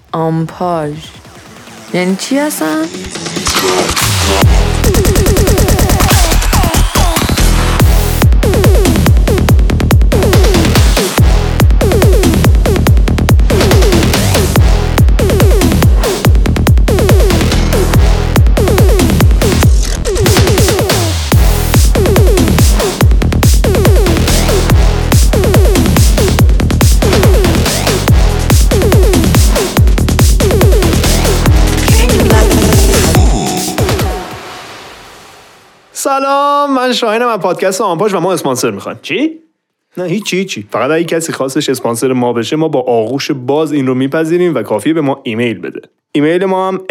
آمپاژ یعنی چی هستن؟ سلام، من شاهینم از پادکست آمپاژ و ما اسپانسر میخوایم. چی؟ نه هیچی. فقط اگه کسی خواستش اسپانسر ما بشه ما با آغوش باز این رو میپذیریم و کافیه به ما ایمیل بده. ایمیل ما هم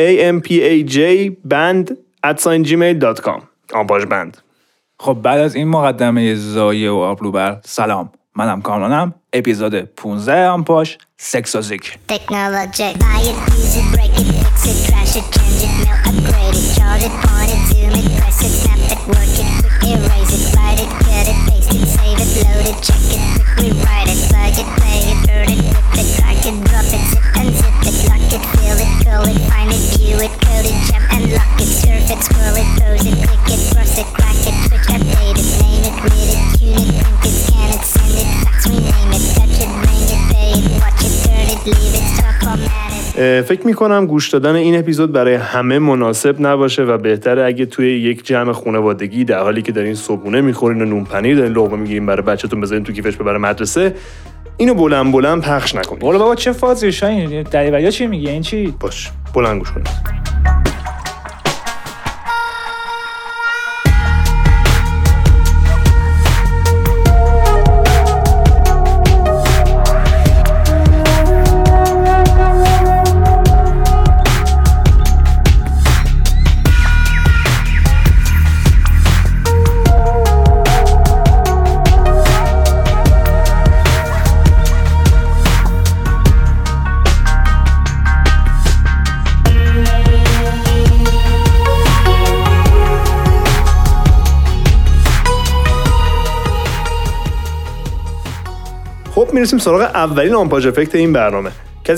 ampajband@gmail.com. آمپاژ بند. خب بعد از این مقدمه زایه و آبلوبر، سلام، منم کامرانم. اپیزود 15 آمپاژ، سکس و ذکر. Technologic. Buy it, use it, break it, fix it, trash it, change it, mail, upgrade it, chart it, point it, zoom it, press it, snap it, work it, quick erase it, write it, cut it, paste it, save it, load it, check it, quick rewrite it, plug it, play it, burn it, rip it, drag it, drop it, zip and zip it, lock it, fill it, call it, find it, view it, code it, jump and lock it, surf it, scroll it, pose it, click it, cross it, crack it, switch, update it, name it, read it, tune it, print it, scan it, send it, fax, rename it, touch it, bring it, pay it, watch it, turn it, leave it, stop, format it. فکر میکنم گوش دادن این اپیزود برای همه مناسب نباشه و بهتره اگه توی یک جمع خانوادگی در حالی که دارین صبحونه میخورین و نون پنیر دارین لقمه میگیرین برای بچه‌تون بذارین تو کیفش ببره مدرسه، اینو بلند پخش نکنید. والا بابا چه فازی شاین، دریوریا چی میگه این چی؟ باش بلند گوش کنید. خب میرسیم سراغ اولین آمپاژ افکت این برنامه.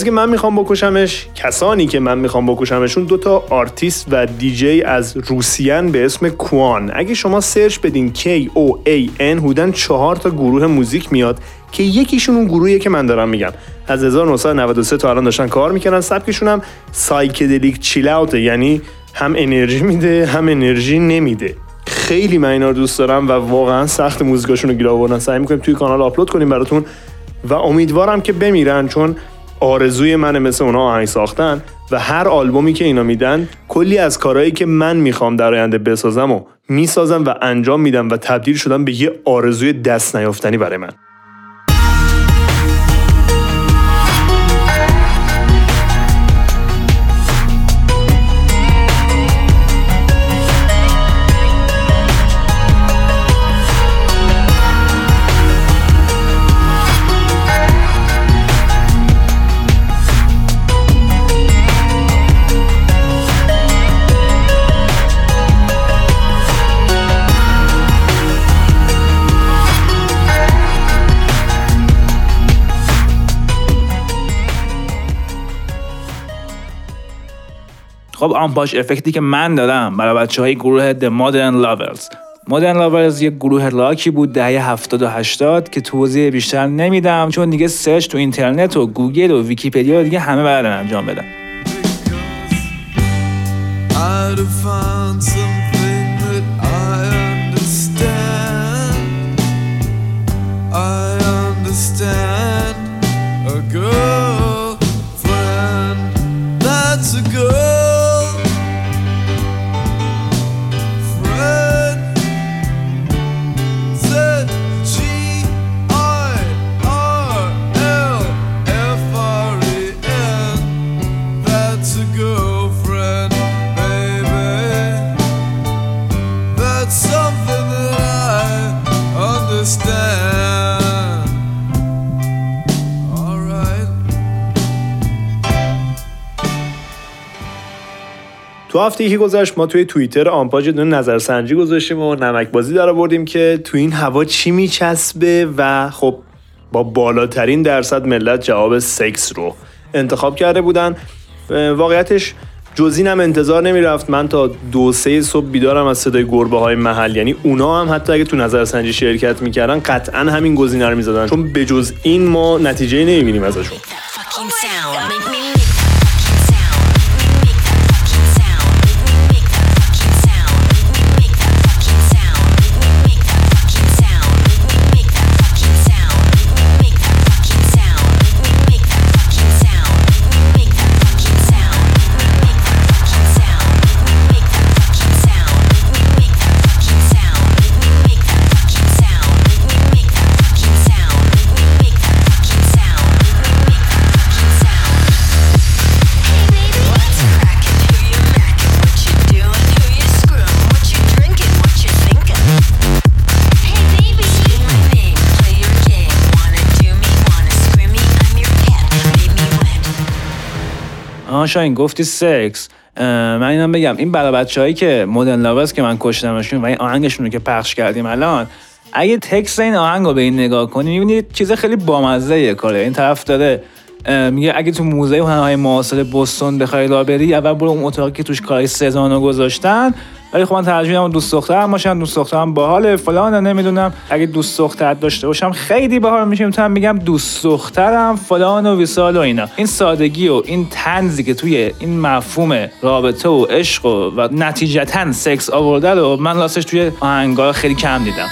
کسانی که من میخوام بکشمشون 2 آرتیست و دیجی از روسیان به اسم کوان. اگه شما سرچ بدین KOAN حدوداً 4 گروه موزیک میاد که یکیشون اون گروهیه که من دارم میگم. از 1993 تا الان داشتن کار میکنن. سبکشون هم سایکدلیک چیل اوت، یعنی هم انرژی میده هم انرژی نمیده. خیلی من اینا رو دوست دارم و واقعا سخت موزیکاشون رو گیر آوردن. سعی میکنیم توی کانال آپلود کنیم براتون و امیدوارم که بمیرن، چون آرزوی منه مثل اونا آهنگ ساختن و هر آلبومی که اینا میدن کلی از کارهایی که من میخوام در آینده بسازم و میسازم و انجام میدم و تبدیل شدن به یه آرزوی دست نیافتنی برای من. خب آمپاژ افکتی که من دادم برای بچه‌های گروه The Modern Lovers یک گروه راکی بود دهه 70 و 80 که توضیح بیشتر نمیدم چون دیگه سرچ تو اینترنت و گوگل و ویکی‌پدیا دیگه همه بلدن انجام بدن. تو هفته که گذشت ما توی توییتر آمپاژ دونه نظرسنجی گذاشتیم و نمک بازی در آوردیم که تو این هوا چی میچسبه و خب با بالاترین درصد ملت جواب سکس رو انتخاب کرده بودن. واقعیتش جز اینم انتظار نمیرفت. من تا 2-3 صبح بیدارم از صدای گربه های محل، یعنی اونا هم حتی اگه تو نظرسنجی شرکت میکردن قطعا همین گزینه رو میزدن، چون به جز این ما نتیجه نمیبینیم ازشون. شاین گفتی سکس، من اینم بگم این برای بچه‌هایی که مدرن لاورز که من کشتمشون و این آهنگشون رو که پخش کردیم الان، اگه تکست این آهنگ رو به این نگاه کنی می‌بینی چیز خیلی بامزه کاره. این طرف داره میگه اگه تو موزه هنرهای معاصر بوستون بخوای راه بری، اول برو اون اتاقی که توش کارهای سزانو گذاشتن، ولی خب من ترجیح میدم دوست دخترم باشم، دوست دخترم باحاله فلان، نمیدونم اگه دوست دختر داشته باشم خیلی باحال میشه، میتونم میگم دوست دخترم فلان و ویسال و اینا. این سادگی و این طنزی که توی این مفهوم رابطه و عشق و نتیجتاً سکس آورده رو من راستش توی آهنگا خیلی کم دیدم.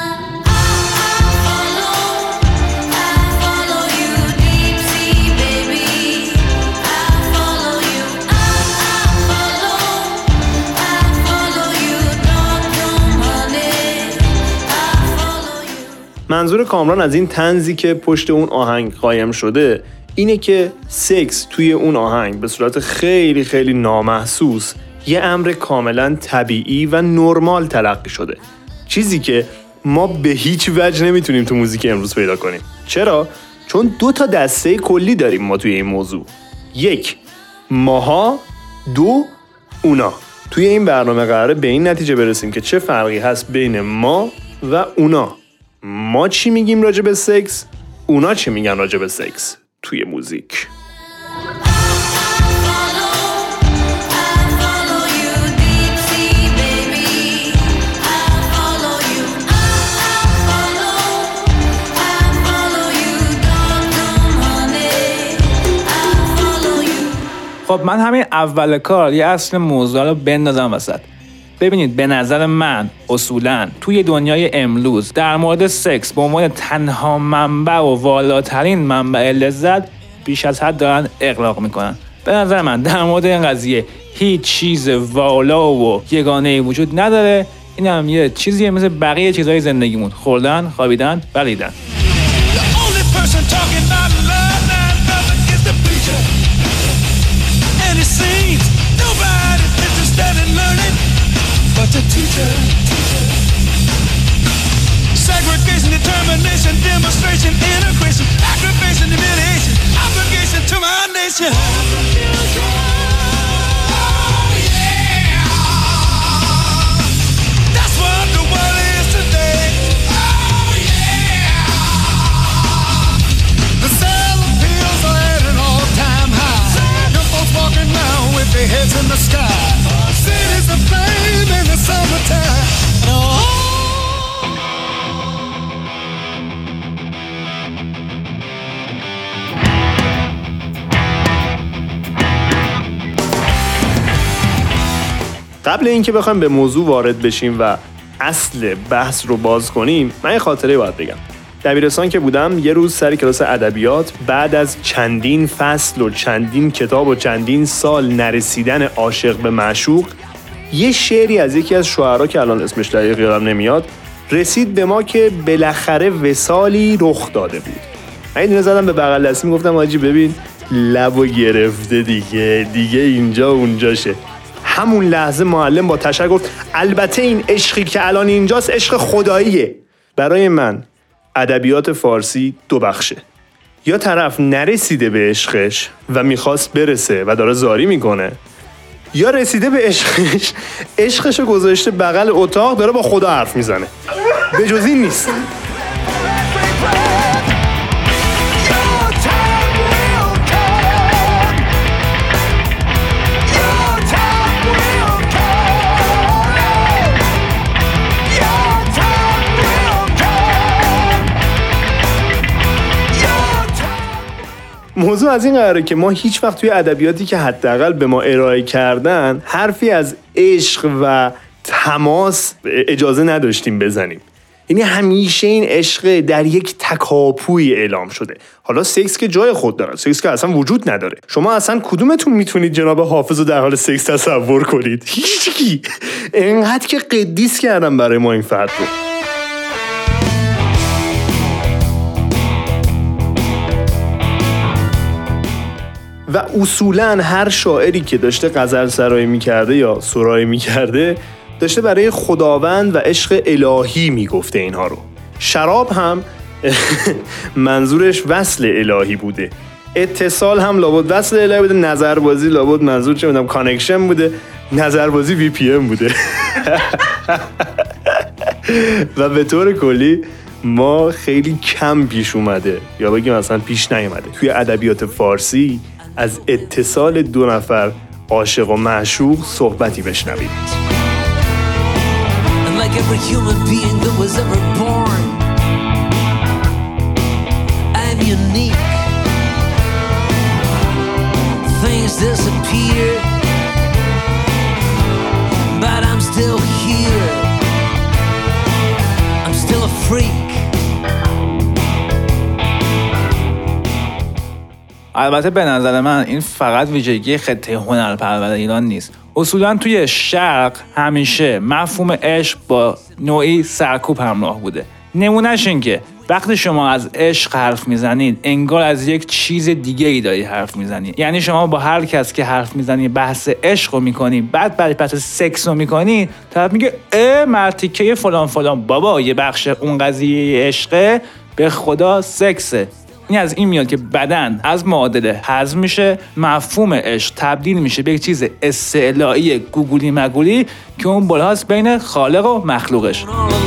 منظور کامران از این طنزی که پشت اون آهنگ قایم شده اینه که سکس توی اون آهنگ به صورت خیلی خیلی نامحسوس یه امر کاملا طبیعی و نرمال تلقی شده، چیزی که ما به هیچ وجه نمیتونیم تو موزیک امروز پیدا کنیم. چرا؟ چون 2 تا دسته کلی داریم ما توی این موضوع. 1 ماها، 2 اونا. توی این برنامه قراره به این نتیجه برسیم که چه فرقی هست بین ما و اونا. ما چی میگیم راجع به سکس، اونا چی میگن راجع به سکس توی موزیک. خب من همین اول کار یه اصل موضوع رو بندازم وسط. ببینید به نظر من اصولاً توی دنیای امروز در مورد سکس به عنوان تنها منبع و والاترین منبع لذت بیش از حد دارن اغراق میکنن. به نظر من در مورد این قضیه هیچ چیز والا و یگانه‌ای وجود نداره. این هم یه چیزیه مثل بقیه چیزهای زندگیمون، خوردن، خوابیدن، بلعیدن. But the teacher. Segregation, determination, demonstration, integration, aggravation, humiliation, obligation to my nation. Oh, yeah. That's what the world is today. Oh, yeah. The cell appeals are at an all-time high. Young folks walking around with their heads in the sky. Cities of flame in the summertime. قبل اینکه بخوایم به موضوع وارد بشیم و اصل بحث رو باز کنیم، من یه خاطره باید بگم. دبیرستان که بودم یه روز سر کلاس ادبیات بعد از چندین فصل و چندین کتاب و چندین سال نرسیدن عاشق به معشوق، یه شعری از یکی از شاعرها که الان اسمش دقیق یادم نمیاد رسید به ما که بالاخره وصالی رخ داده بود. من اینو زدم به بغل دستی گفتم آجی ببین لبو گرفته دیگه اینجا اونجاشه. همون لحظه معلم با تشکر گفت البته این عشقی که الان اینجاست عشق خداییه. برای من ادبیات فارسی 2 بخشه. یا طرف نرسیده به عشقش و میخواست برسه و داره زاری میکنه، یا رسیده به عشقش رو گذاشته بغل اتاق داره با خدا حرف میزنه. به جز این نیست. موضوع از این قراره که ما هیچ وقت توی ادبیاتی که حداقل به ما ارائه کردن حرفی از عشق و تماس اجازه نداشتیم بزنیم. یعنی همیشه این عشق در یک تکاپوی اعلام شده. حالا سکس که جای خود داره، سکس که اصلا وجود نداره. شما اصلا کدومتون میتونید جناب حافظ رو در حال سکس تصور کنید؟ هیچکی. اینقدر که قدیس کردم برای ما این فرد رو. و اصولاً هر شاعری که داشته غزل سرایی میکرده یا سرایی میکرده داشته برای خداوند و عشق الهی میگفته اینها رو. شراب هم منظورش وصل الهی بوده، اتصال هم لابد وصل الهی بوده، نظربازی لابد منظور چه میدونم کانکشن بوده، نظربازی وی پی ام بوده. و به طور کلی ما خیلی کم پیش اومده یا بگیم اصلا پیش نیومده توی ادبیات فارسی از اتصال دو نفر عاشق و معشوق صحبتی بشنوید. Like every human being that was ever born, I'm unique. Things disappear, but I'm still here. I'm still a freak. البته به نظر من این فقط ویژگی خطه هنرپرور ایران نیست. اصولا توی شرق همیشه مفهوم عشق با نوعی سرکوب همراه بوده. نمونهش این که وقتی شما از عشق حرف میزنید انگار از یک چیز دیگه ای داری حرف میزنید. یعنی شما با هر کس که حرف میزنید بحث عشق رو میکنید، بعد بحث سکس رو میکنید، طرف میگه مرتیکه فلان فلان، بابا یه بخش اون قضیه عشقه، به خدا سکسه. این از این میاد که بدن از معادله حذف میشه، مفهوم عشق تبدیل میشه به یک چیز استعلایی گوگولی مگولی که اون بالاست بین خالق و مخلوقش.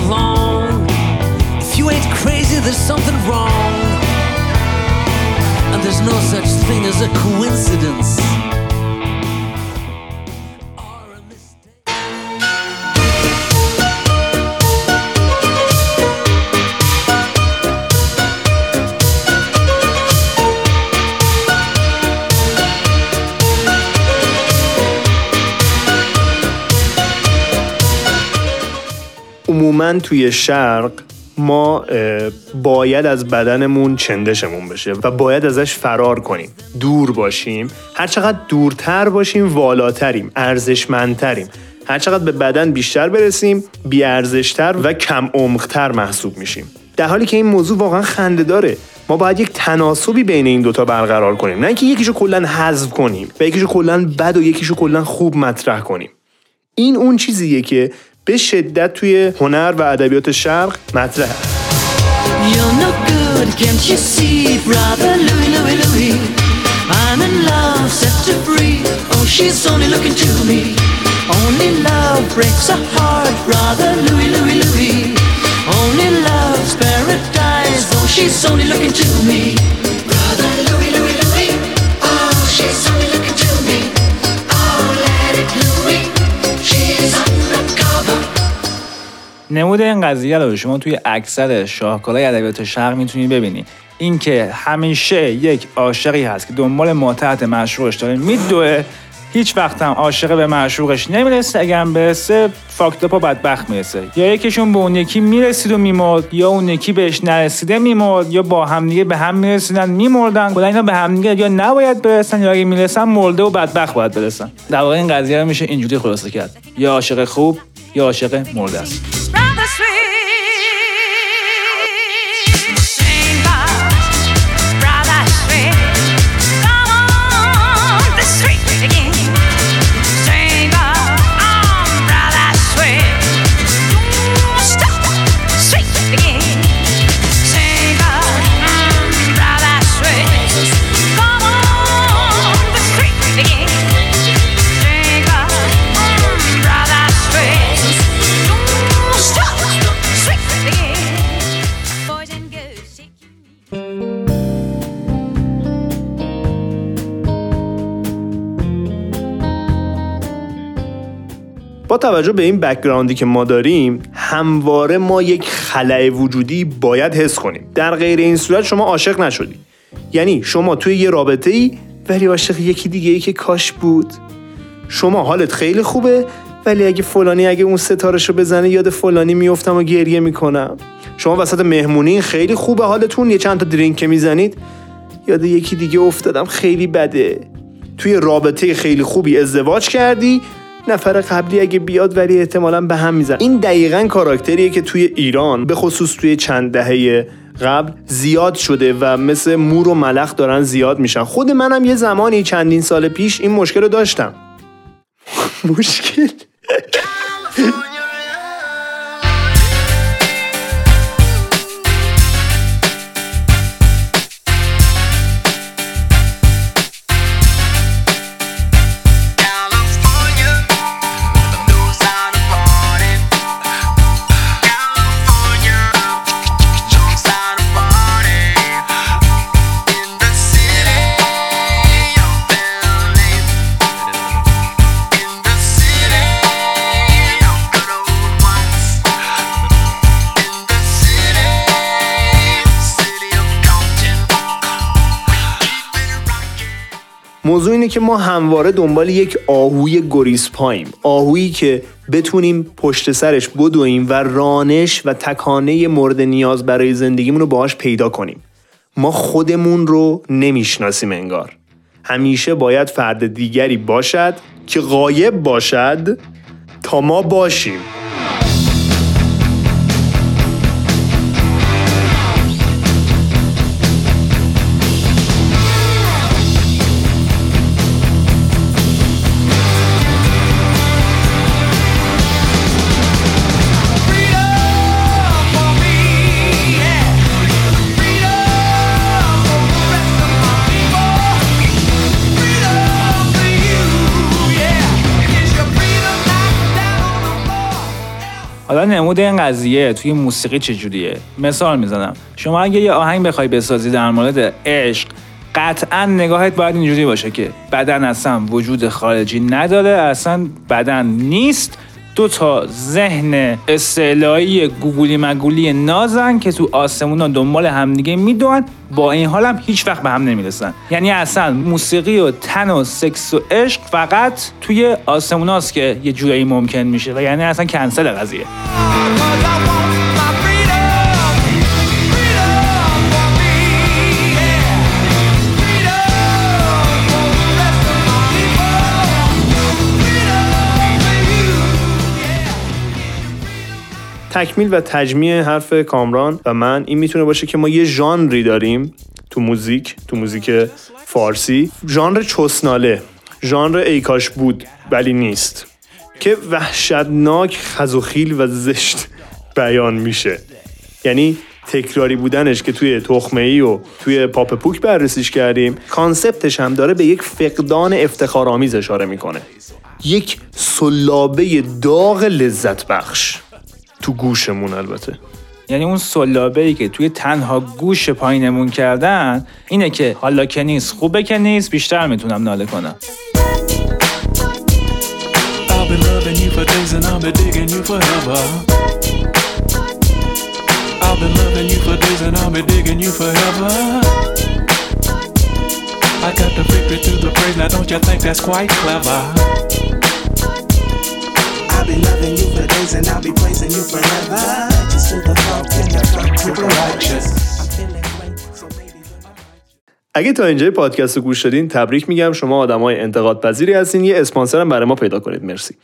عموماً توی شرق ما باید از بدنمون چندشمون بشه و باید ازش فرار کنیم، دور باشیم. هر چقدر دورتر باشیم والاتریم، ارزشمندتریم. هر چقدر به بدن بیشتر برسیم بی‌ارزشتر و کم عمق‌تر محسوب میشیم. در حالی که این موضوع واقعا خنده داره. ما باید یک تناسبی بین این دوتا برقرار کنیم، نه اینکه یکیشو کلاً حذف کنیم و یکیشو کلاً بد و یکیشو کلاً خوب مطرح کنیم. این اون چیزیه که به شدت توی هنر و ادبیات شرق مطرحه. You're no good, can't you see, brother Louie, Louie, Louie? I'm in love, set to free. Oh, she's only looking to me. Only love breaks a heart, brother Louie, Louie, Louie. Only love's paradise. Oh, she's only looking to me. Brother Louie, Louie, Louie. Oh, she's only looking to me. Oh, let it Louie. She's undercover. نمود این قضیه رو شما توی اکثر شاهکارهای ادبیات شرق میتونید ببینید. این که همیشه یک عاشقی هست که دنبال ماتحت معشوقش داره میدوه، هیچ وقت هم عاشق به معشوقش نمیرسه. اگر هم برسه فاکتاپ و بدبخت میرسه. یا یکیشون به اون یکی میرسید و میمرد، یا اون یکی بهش نرسیده میمرد، یا با هم دیگه به هم میرسیدن میمردن. کلا اینا به هم دیگه یا نباید برسن یا اگه میرسن مرده و بدبخت باید برسن. در واقع این قضیه رو میشه اینجوری خلاصه کرد: یا عاشق خوب یا عاشق مرده است. با توجه به این بک‌گراندی که ما داریم، همواره ما یک خلأ وجودی باید حس کنیم. در غیر این صورت شما عاشق نشدی. یعنی شما توی یه رابطه‌ای ولی عاشق یکی دیگه‌ای که کاش بود. شما حالت خیلی خوبه ولی اگه اون ستاره‌شو بزنه یاد فلانی میافتم و گریه میکنم. شما وسط مهمونی خیلی خوبه حالتون، یه چند تا درینک که میزنید یاد یکی دیگه افتادم خیلی بده. توی رابطه خیلی خوبی ازدواج کردی، نفر قبلی اگه بیاد ولی احتمالاً به هم میزن. این دقیقاً کاراکتریه که توی ایران به خصوص توی چند دهه قبل زیاد شده و مثل مور و ملخ دارن زیاد میشن. خود منم یه زمانی چندین سال پیش این مشکل رو داشتم. مشکل موضوع اینه که ما همواره دنبال یک آهوی گریزپاییم، آهویی که بتونیم پشت سرش بدویم و رانش و تکانه مورد نیاز برای زندگیمون رو باهاش پیدا کنیم. ما خودمون رو نمیشناسیم انگار. همیشه باید فرد دیگری باشد که غایب باشد تا ما باشیم. حالا نمود این قضیه توی موسیقی چجوریه؟ مثال میزنم. شما اگه یه آهنگ بخوای بسازی در مورد عشق، قطعا نگاهت باید اینجوری باشه که بدن اصلا وجود خارجی نداره، اصلا بدن نیست، دو تا ذهن استعلایی گوگولی مگولی نازن که تو آسمونا دنبال همدیگه میدونن، با این حال هم هیچ وقت به هم نمیرسن. یعنی اصلا موسیقی و تن و سکس و عشق فقط توی آسموناست که یه جورایی ممکن میشه و یعنی اصلا کنسل قضیه. تکمیل و تجمیع حرف کامران و من این میتونه باشه که ما یه ژانری داریم تو موزیک فارسی، ژانر چسناله، ژانر ای کاش بود ولی نیست، که وحشتناک خزوخیل و زشت بیان میشه. یعنی تکراری بودنش که توی تخمه‌ای و توی پاپ پوک بررسیش کردیم، کانسپتش هم داره به یک فقدان افتخارآمیز اشاره میکنه، یک سلابه داغ لذت بخش تو گوشمون. البته یعنی اون سلابه‌ای که توی تنها گوش پایینمون کردن اینه که حالا که نیست خوبه که نیست، بیشتر میتونم ناله کنم. I'll be loving you for days and I'll be digging you forever. I'll be loving you for days and I'll be digging you forever. I got the victory to the praise, now don't you think that's quite clever? I'll be loving you for days and I'll be praising you forever. Just to the funk in the front to the righteous. اگه تا اینجای پادکست رو گوش دادین تبریک میگم، شما آدمای انتقاد پذیری هستین. یه اسپانسر هم برای ما پیدا کنید. مرسی.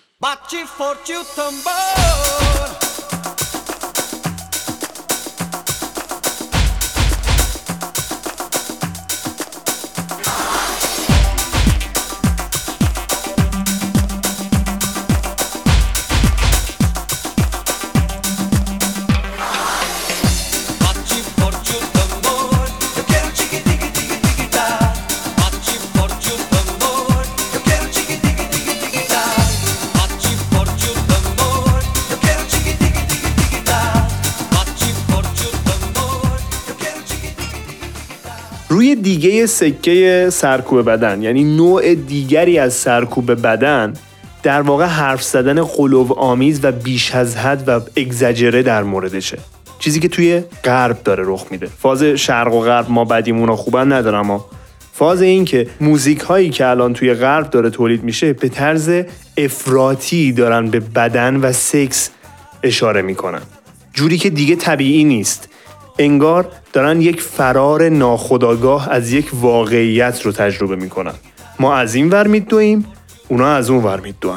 روی دیگه سکه سرکوب بدن، یعنی نوع دیگری از سرکوب بدن، در واقع حرف زدن غلوآمیز و بیش از حد و اگزاجره در موردشه. چیزی که توی غرب داره رخ میده. فاز شرق و غرب ما بدیمونا خوبن ندارم، اما فاز این که موزیک هایی که الان توی غرب داره تولید میشه به طرز افراطی دارن به بدن و سکس اشاره میکنن، جوری که دیگه طبیعی نیست. انگار دارن یک فرار ناخودآگاه از یک واقعیت رو تجربه میکنن. ما از این ور میدویم، اونا از اون ور میدوئن.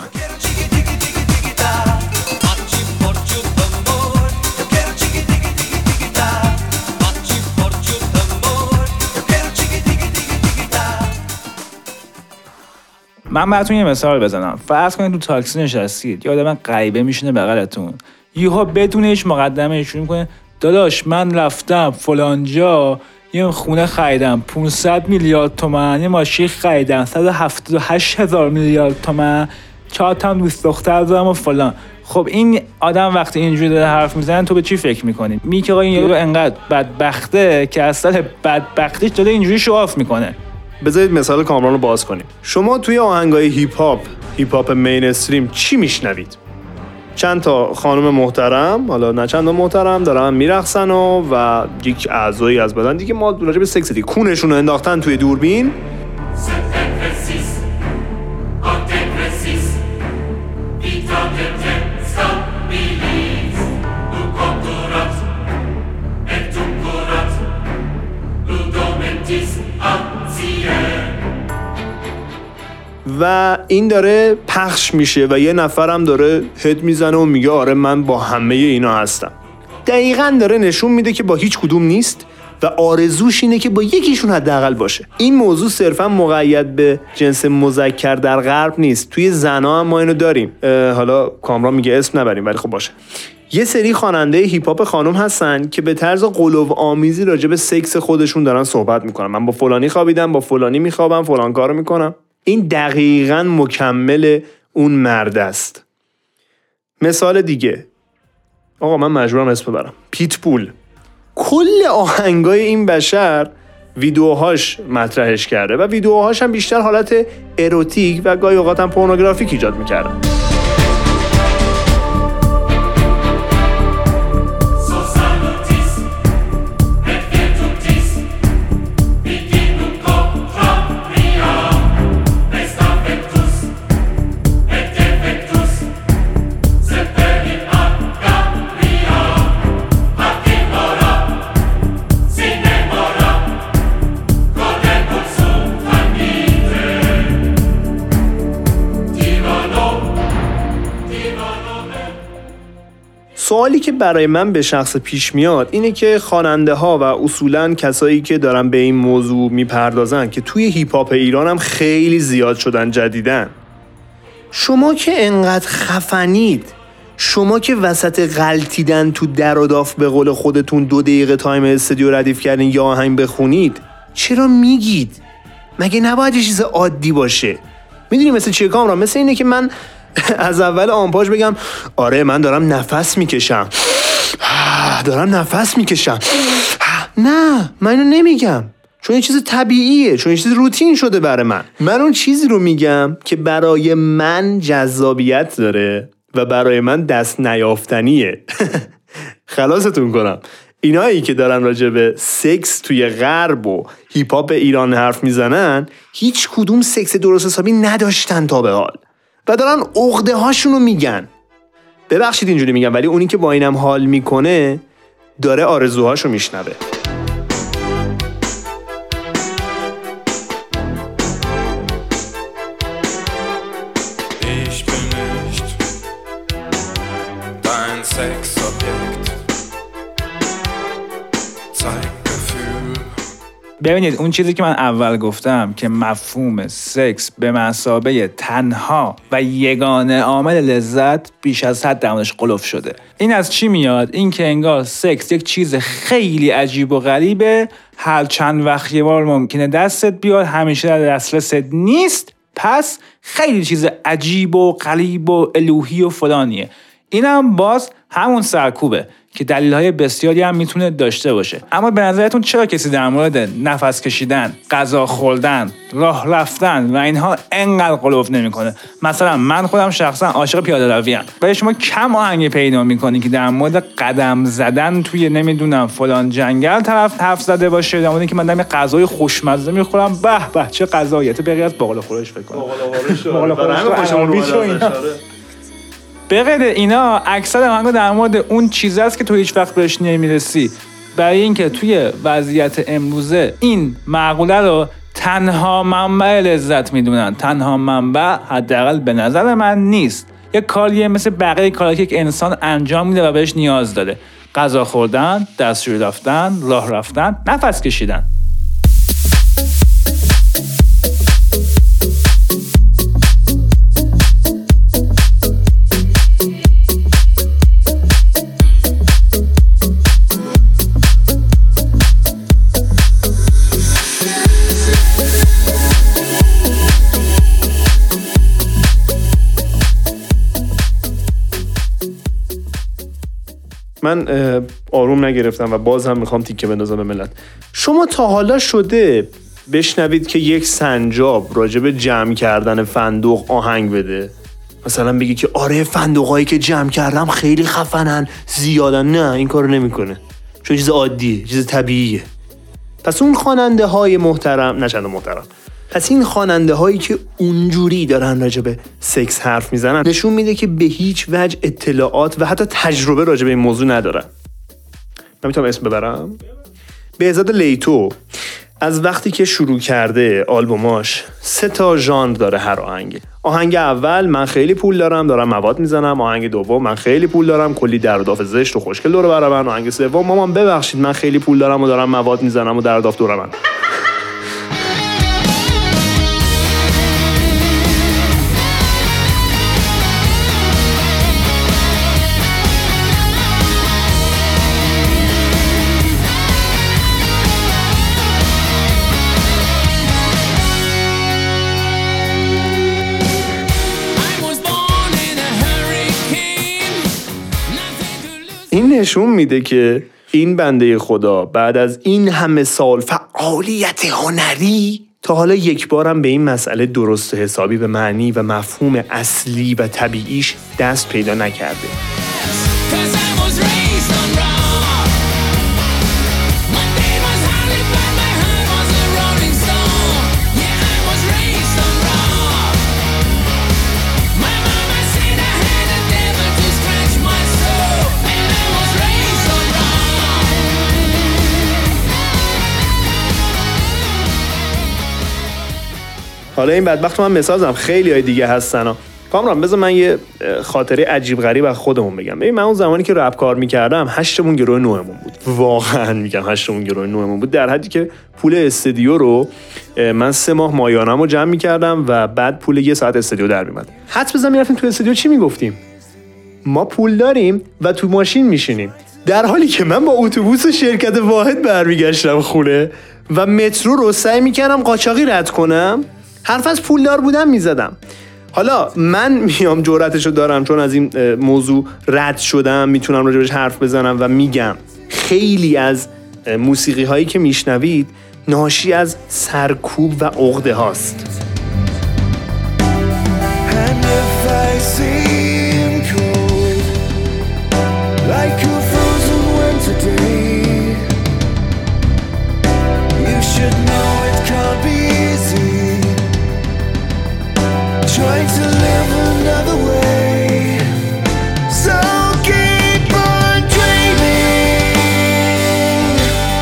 من براتون یه مثال بزنم. فرض کنید تو تاکسی نشستید، یه آدم غریبه میشینه بغلتون، یهو بدون هیچ مقدمه شروع میکنه داداش من رفتم فلان جا یه خونه خریدم 500 میلیارد تومان، یه ماشین خریدم 178,000 میلیارد تومان، 4 تا دوست دختر دارم و فلان. خب این آدم وقتی اینجوری داره حرف میزنه تو به چی فکر میکنی؟ میگی که آقا این یارو انقدر بدبخته که اصلا بدبختیش داره اینجوری شواف میکنه. بذارید مثال کامران رو باز کنیم. شما توی آهنگای هیپ هاپ مینستریم چی میشنوید؟ چند تا خانم محترم، حالا نه چند تا محترم، دارن میرقصن و یک اعضایی از بدن دیگه، ما راجع به سکس دیگه، کونشون رو انداختن توی دوربین. و این داره پخش میشه و یه نفرم داره هد میزنه و میگه آره من با همه اینا هستم. دقیقاً داره نشون میده که با هیچ کدوم نیست و آرزوش اینه که با یکیشون حداقل باشه. این موضوع صرفاً مقید به جنس مذکر در غرب نیست، توی زنا هم ما اینو داریم. حالا کامران میگه اسم نبریم ولی خب باشه. یه سری خواننده هیپ هاپ خانم هستن که به طرز غلو آمیزی راجع به سکس خودشون دارن صحبت میکنن. من با فلانی خوابیدم، با فلانی میخوابم، فلان کارو میکنم. این دقیقاً مکمل اون مرد است. مثال دیگه، آقا من مجبورم اسم ببرم، پیتبول. کل آهنگای این بشر ویدیوهاش مطرحش کرده و ویدیوهاش هم بیشتر حالت اروتیک و گاهی اوقات هم پورنوگرافیک ایجاد میکرده. سوالی که برای من به شخص پیش میاد اینه که خواننده ها و اصولاً کسایی که دارن به این موضوع میپردازن که توی هیپ هاپ ایران هم خیلی زیاد شدن جدیدن، شما که انقدر خفنید، شما که وسط غلطیدن تو در و داف به قول خودتون 2 دقیقه تایم استودیو ردیف کردین یا آهنگ بخونید، چرا میگید؟ مگه نباید یه چیز عادی باشه؟ میدونی مثل چیه کامران؟ مثل اینه که من از اول آنپاژ بگم آره من دارم نفس میکشم، نه من اینو نمیگم، چون این چیز طبیعیه، چون این چیز روتین شده برای من اون چیزی رو میگم که برای من جذابیت داره و برای من دست نیافتنیه. خلاصتون کنم، اینایی که دارن راجع به سکس توی غرب و هیپ هاپ ایران حرف میزنن هیچ کدوم سکس درست حسابی نداشتن تا به حال و دارن عقده هاشونو میگن. ببخشید اینجوری میگم، ولی اونی که با اینم حال میکنه داره آرزوهاشو میشنوه. ببینید اون چیزی که من اول گفتم که مفهوم سکس به مثابه تنها و یگانه عامل لذت بیش از حد درمونش قلف شده. این از چی میاد؟ این که انگار سکس یک چیز خیلی عجیب و غریبه، هر چند وقت یه بار ممکنه دستت بیاد، همیشه در دسترست نیست، پس خیلی چیز عجیب و غریب و الوهی و فلانیه. اینم باز همون سرکوبه که دلیل‌های بسیاری هم میتونه داشته باشه. اما به نظرتون چرا کسی در مورد نفس کشیدن، غذا خوردن، راه رفتن و اینها انقدر غلوف نمیکنه؟ مثلا من خودم شخصا عاشق پیاده روی ام، ولی شما کم آهنگی پیدا میکنی که در مورد قدم زدن توی نمیدونم فلان جنگل طرف حرف زده باشه، در مورد اینکه من دارم غذای خوشمزه میخورم، به به چه غذاییت، به غیر از باقلا خورش فکر کنم. باقلا خورش به غیر اینا اکثر آهنگا در مورد اون چیزاست که تو هیچ وقت بهش نمیرسی. برای اینکه توی وضعیت امروزه این معقوله رو تنها منبع لذت میدونن. تنها منبع حداقل به نظر من نیست. یک کاریه مثل بقیه کارهایی که یک انسان انجام میده و بهش نیاز داره: غذا خوردن، دستشویی رفتن، راه رفتن، نفس کشیدن. من آروم نگرفتم و باز هم میخوام تیکه بندازم به ملت. شما تا حالا شده بشنوید که یک سنجاب راجع به جمع کردن فندق آهنگ بده؟ مثلا بگی که آره فندقایی که جمع کردم خیلی خفنن، زیادن. نه، این کارو نمیکنه، چون چیز عادیه، چیز طبیعیه. پس اون خواننده های محترم، پس این خواننده هایی که اونجوری دارن راجع به سکس حرف میزنن نشون میده که به هیچ وجه اطلاعات و حتی تجربه راجع به این موضوع ندارن. من میتونم اسم ببرم؟ بهزاد لیتو از وقتی که شروع کرده آلبوماش 3 ژانر داره هر آهنگ اول من خیلی پول دارم مواد میزنم. آهنگ دوم من خیلی پول دارم، کلی در و داف زشت و خوشگل دور بر من. آهنگ سوم مامان ببخشید من خیلی پول دارم و دارم مواد میزنم و در و داف دور من. این نشون میده که این بنده خدا بعد از این همه سال فعالیت هنری تا حالا یک بارم به این مسئله درست حسابی به معنی و مفهوم اصلی و طبیعیش دست پیدا نکرده. حالا این بدبخت من مسازم، خیلی های دیگه هستن. کامران بذار من یه خاطره عجیب غریب از خودمون بگم. ببین من اون زمانی که رپ کار میکردم 8مون گروه 9مون بود. واقعا میگم 8مون گروه 9مون بود، در حدی که پول استودیو رو من 3 ماه مایانه‌مو جمع میکردم و بعد پول 1 ساعت استودیو در میومد. حدس بزن میرفتیم تو استودیو چی میگفتیم؟ ما پول داریم و تو ماشین میشینیم، در حالی که من با اتوبوس شرکت واحد برمیگشتم خونه و مترو رو سعی میکردم قاچاقی رد کنم. حرف از پولدار بودم میزدم. حالا من میام جرأتشو دارم چون از این موضوع رد شدم، میتونم راجبش حرف بزنم و میگم خیلی از موسیقی هایی که میشنوید ناشی از سرکوب و عقده هاست. Trying to live another way, so keep on dreaming.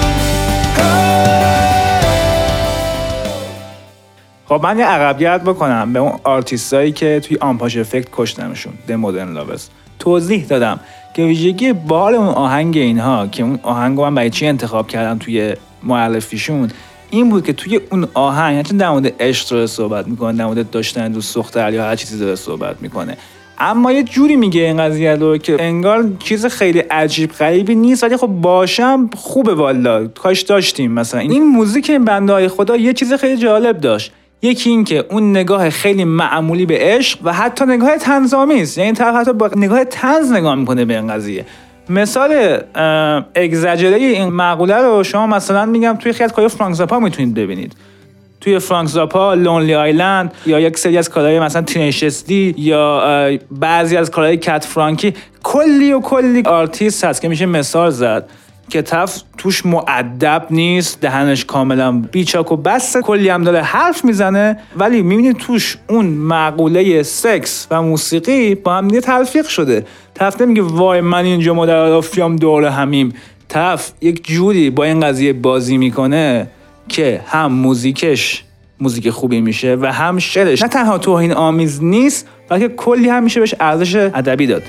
خب من یه عقبگرد بکنم به اون آرتیستایی که توی آنپاش افکت کشتنشون، The Modern Lovers. توضیح دادم که ویژگی باحال اون آهنگ اینها که اون آهنگو من برای چی انتخاب کردم توی معرفیشون این بود که توی اون آهنگ چون در مورد عشق داره صحبت میکنه، در مورد داشتن دوست دختر یا هر چیزی داره صحبت میکنه، اما یه جوری میگه این قضیه رو که انگار چیز خیلی عجیب غریبی نیست، ولی خب باشم خوبه والا کاش داشتیم. مثلا این موزیک این بنده‌های خدا یه چیز خیلی جالب داشت. یکی این که اون نگاه خیلی معمولی به عشق و حتی نگاه طنزآمیز، یعنی طرف حتی با نگاه طنز نگاه میکنه به این قضیه مثال اگزاجره این مقوله رو شما مثلا میگم توی خیلی کارهای فرانک زاپا میتونید ببینید. توی فرانک زاپا، لونلی آیلند یا یک سری از کارهای مثلا تینیشس دی یا بعضی از کارهای کت فرانکی، کلی آرتیست هست که میشه مثال زد که توش مؤدب نیست، دهنش کاملا بیچاک و بس، کلی هم داره حرف میزنه، ولی میبینید توش اون مقوله سکس و موسیقی با هم دیگه تلفیق شده. طرف نمیگه وای من اینجا مادرافیام دور همیم، طرف یک جوری با این قضیه بازی میکنه که هم موزیکش موزیک خوبی میشه و هم شعرش نه تنها توهین آمیز نیست بلکه کلی هم میشه بهش ارزش ادبی داد.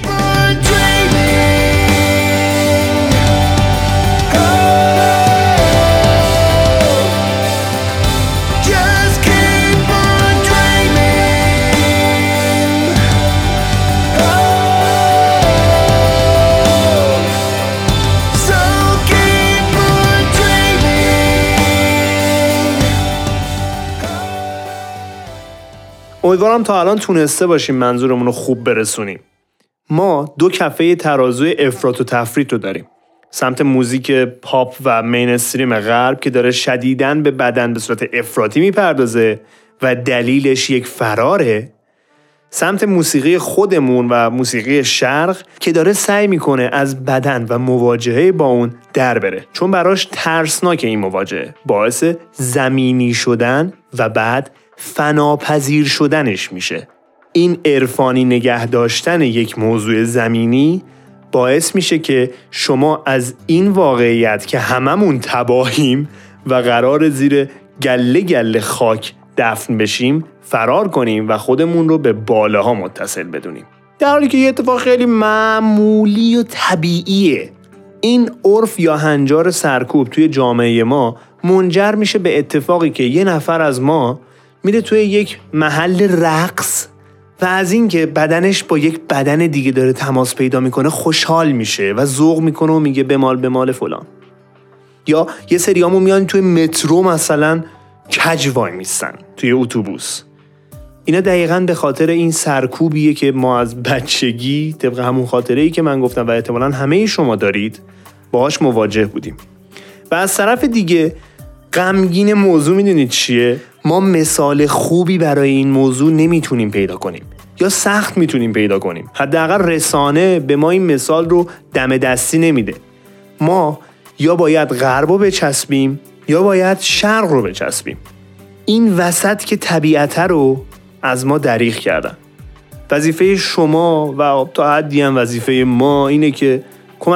امیدوارم تا الان تونسته باشیم منظورمون رو خوب برسونیم. ما دو کفه ترازوی افراط و تفریط رو داریم. سمت موزیک پاپ و مینستریم غرب که داره شدیداً به بدن به صورت افراطی میپردازه و دلیلش یک فراره. سمت موسیقی خودمون و موسیقی شرق که داره سعی میکنه از بدن و مواجهه با اون در بره، چون براش ترسناک این مواجهه، باعث زمینی شدن و بعد فناپذیر شدنش میشه. این عرفانی نگه داشتن یک موضوع زمینی باعث میشه که شما از این واقعیت که هممون تباهیم و قرار زیر گله گله خاک دفن بشیم فرار کنیم و خودمون رو به بالاها متصل بدونیم، در حالی که یه اتفاق خیلی معمولی و طبیعیه. این عرف یا هنجار سرکوب توی جامعه ما منجر میشه به اتفاقی که یه نفر از ما میره توی یک محل رقص و از این که بدنش با یک بدن دیگه داره تماس پیدا میکنه خوشحال میشه و ذوق میکنه و میگه بمال فلان. یا یه سریامون میان توی مترو مثلا کج وای میستن توی اتوبوس. اینا دقیقاً به خاطر این سرکوبیه که ما از بچگی طبق همون خاطره‌ای که من گفتم و احتمالاً همه شما دارید باهاش مواجه بودیم. و از طرف دیگه غمگین موضوع میدونید چیه؟ ما مثال خوبی برای این موضوع نمیتونیم پیدا کنیم یا سخت میتونیم پیدا کنیم. حداقل رسانه به ما این مثال رو دم دستی نمیده. ما یا باید غرب رو بچسبیم یا باید شرق رو بچسبیم. این وسط که طبیعت رو از ما دریغ کردن. وظیفه شما و تا حدی هم وظیفه ما اینه که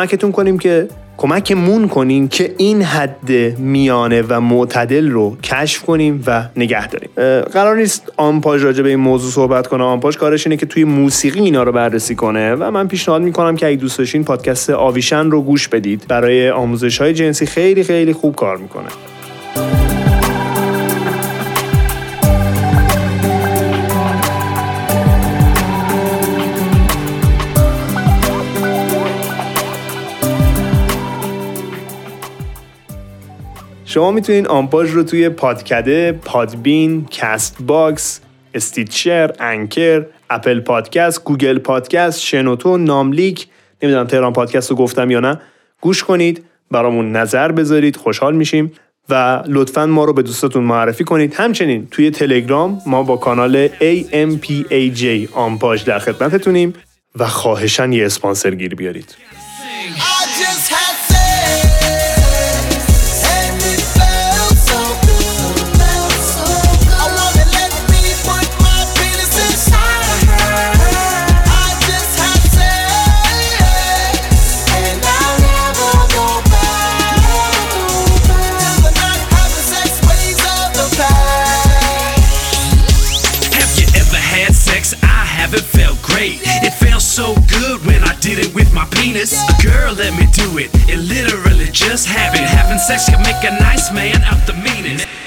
کمکمون کنین که این حد میانه و معتدل رو کشف کنیم و نگه داریم. قرار نیست آمپاژ راجع به این موضوع صحبت کنه. آمپاژ کارش اینه که توی موسیقی اینا رو بررسی کنه و من پیشنهاد میکنم که اگه دوست داشتین پادکست آویشن رو گوش بدید. برای آموزش‌های جنسی خیلی خیلی خوب کار میکنه. شما میتونین آمپاژ رو توی پادکده، پادبین، کست باکس، استیچر، انکر، اپل پادکست، گوگل پادکست، شنوتو، ناملیک، نمیدونم تهران پادکست رو گفتم یا نه، گوش کنید، برامون نظر بذارید، خوشحال میشیم و لطفاً ما رو به دوستاتون معرفی کنید. همچنین توی تلگرام ما با کانال AMPAJ آمپاژ در خدمتتونیم و خواهشاً یه اسپانسر گیر بیارید. It felt so good when I did it with my penis. A girl let me do it. It literally just happened. Having sex can make a nice man out the meanest.